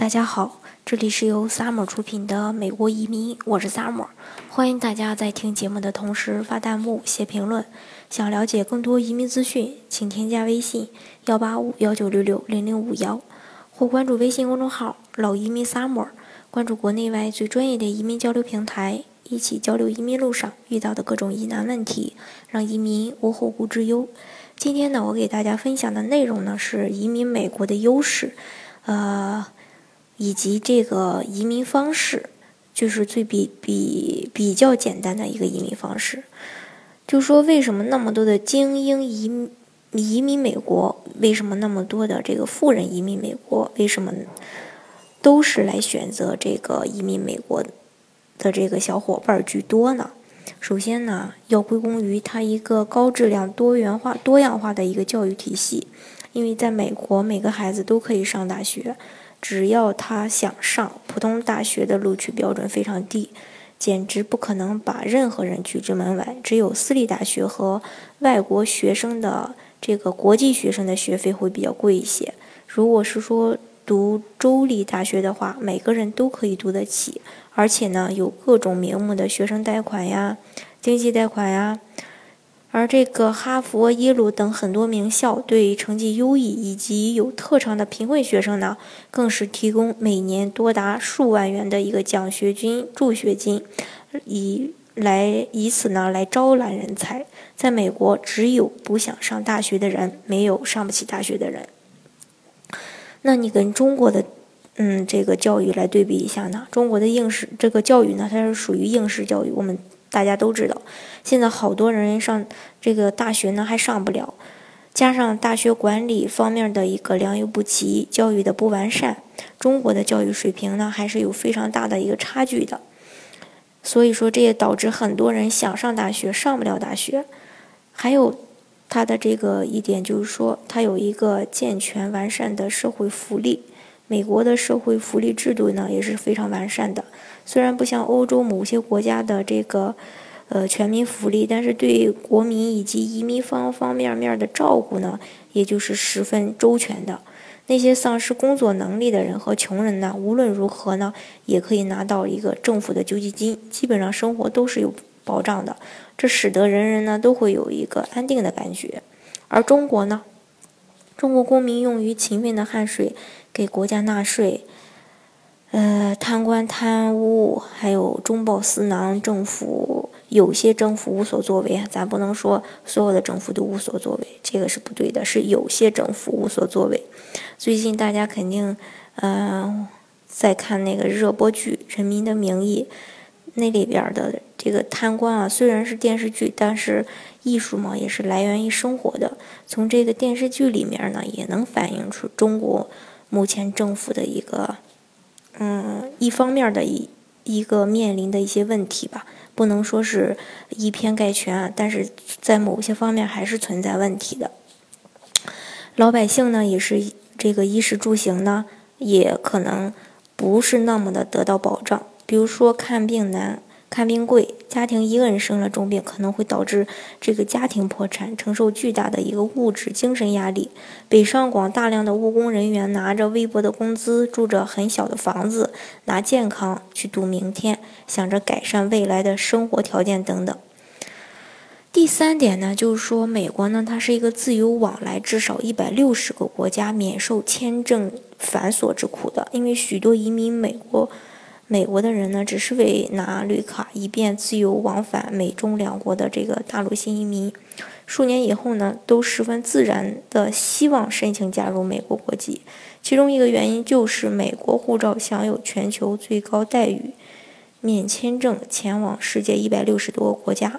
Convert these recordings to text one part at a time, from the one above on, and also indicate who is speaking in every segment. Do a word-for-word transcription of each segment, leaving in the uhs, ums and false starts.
Speaker 1: 大家好，这里是由 Summer 出品的美国移民，我是 Summer， 欢迎大家在听节目的同时发弹幕、写评论。想了解更多移民资讯，请添加微信幺八五幺九六六零零五幺，或关注微信公众号老移民 Summer， 关注国内外最专业的移民交流平台，一起交流移民路上遇到的各种疑难问题，让移民无后顾之忧。今天呢，我给大家分享的内容呢是移民美国的优势，呃。以及这个移民方式，就是最比比比较简单的一个移民方式。就是说，为什么那么多的精英移民移民美国？为什么那么多的这个富人移民美国？为什么都是来选择这个移民美国的这个小伙伴居多呢？首先呢，要归功于它一个高质量、多元化、多样化的一个教育体系。因为在美国，每个孩子都可以上大学。只要他想上，普通大学的录取标准非常低，简直不可能把任何人拒之门外。只有私立大学和外国学生的这个国际学生的学费会比较贵一些。如果是说读州立大学的话，每个人都可以读得起，而且呢有各种名目的学生贷款呀、经济贷款呀。而这个哈佛、耶鲁等很多名校对成绩优异以及有特长的贫困学生呢，更是提供每年多达数万元的一个奖学金、助学金，以来以此呢来招揽人才。在美国，只有不想上大学的人，没有上不起大学的人。那你跟中国的嗯这个教育来对比一下呢？中国的应试这个教育呢，它是属于应试教育，我们大家都知道，现在好多人上这个大学呢还上不了，加上大学管理方面的一个良莠不齐，教育的不完善，中国的教育水平呢还是有非常大的一个差距的。所以说这也导致很多人想上大学上不了大学。还有它的这个一点就是说，它有一个健全完善的社会福利。美国的社会福利制度呢也是非常完善的，虽然不像欧洲某些国家的这个呃全民福利，但是对国民以及移民方方面面的照顾呢，也就是十分周全的。那些丧失工作能力的人和穷人呢，无论如何呢，也可以拿到一个政府的救济金，基本上生活都是有保障的，这使得人人呢都会有一个安定的感觉。而中国呢，中国公民用于勤奋的汗水，给国家纳税，呃，贪官贪污，还有中饱私囊，政府有些政府无所作为，咱不能说所有的政府都无所作为，这个是不对的，是有些政府无所作为。最近大家肯定，呃，在看那个热播剧《人民的名义》，那里边的这个贪官啊，虽然是电视剧，但是艺术嘛，也是来源于生活的。从这个电视剧里面呢，也能反映出中国目前政府的一个，嗯，一方面的一一个面临的一些问题吧，不能说是以偏概全啊，但是在某些方面还是存在问题的。老百姓呢，也是这个衣食住行呢，也可能不是那么的得到保障。比如说看病难、看病贵，家庭一个人生了重病，可能会导致这个家庭破产，承受巨大的一个物质、精神压力。北上广大量的务工人员拿着微薄的工资，住着很小的房子，拿健康去赌明天，想着改善未来的生活条件等等。第三点呢，就是说美国呢，它是一个自由往来至少一百六十个国家，免受签证繁琐之苦的。因为许多移民美国美国的人呢，只是为拿绿卡，以便自由往返美中两国的这个大陆新移民，数年以后呢，都十分自然的希望申请加入美国国籍。其中一个原因就是美国护照享有全球最高待遇，免签证前往世界一百六十多个国家。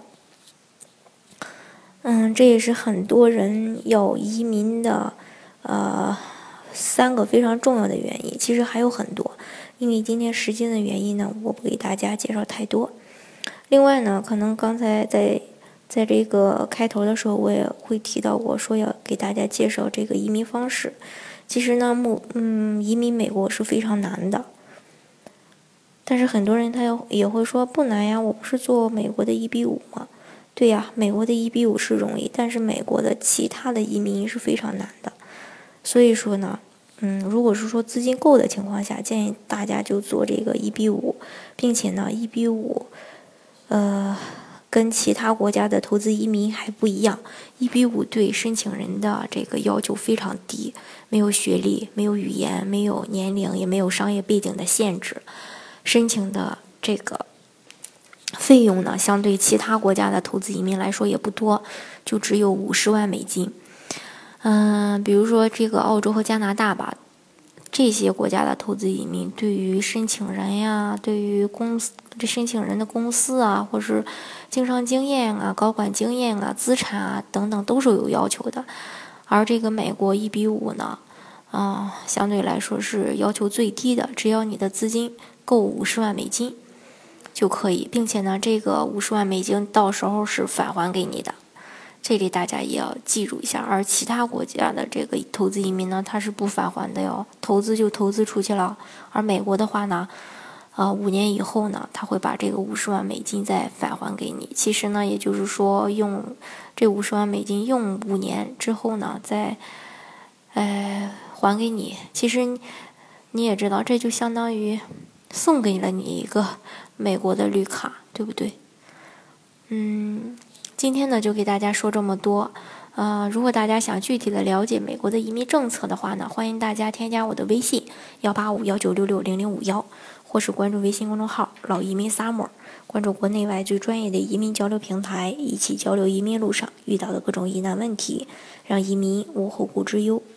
Speaker 1: 嗯，这也是很多人要移民的，呃，三个非常重要的原因。其实还有很多，因为今天时间的原因呢，我不给大家介绍太多。另外呢，可能刚才在在这个开头的时候，我也会提到过，说要给大家介绍这个移民方式。其实呢，目嗯，移民美国是非常难的。但是很多人他也会说不难呀，我不是做美国的一比五吗？对呀，美国的一比五是容易，但是美国的其他的移民是非常难的。所以说呢， 嗯，如果是说资金够的情况下，建议大家就做这个一比五，并且呢，一比五，呃，跟其他国家的投资移民还不一样，一比五对申请人的这个要求非常低，没有学历，没有语言，没有年龄，也没有商业背景的限制，申请的这个费用呢，相对其他国家的投资移民来说也不多，就只有五十万美金。嗯，比如说这个澳洲和加拿大吧，这些国家的投资移民对于申请人呀，对于公司这申请人的公司啊，或是经商经验啊、高管经验啊、资产啊等等都是有要求的。而这个美国一比五呢，啊、呃，相对来说是要求最低的，只要你的资金够五十万美金就可以，并且呢，这个五十万美金到时候是返还给你的。这里大家也要记住一下，而其他国家的这个投资移民呢，它是不返还的哟，投资就投资出去了。而美国的话呢，呃，五年以后呢，他会把这个五十万美金再返还给你。其实呢，也就是说，用这五十万美金用五年之后呢，再，呃，还给你。其实你也知道，这就相当于送给了你一个美国的绿卡，对不对？嗯。今天呢，就给大家说这么多。呃，如果大家想具体的了解美国的移民政策的话呢，欢迎大家添加我的微信幺八五幺九六六零零五幺，或是关注微信公众号“老移民 Summer”，关注国内外最专业的移民交流平台，一起交流移民路上遇到的各种疑难问题，让移民无后顾之忧。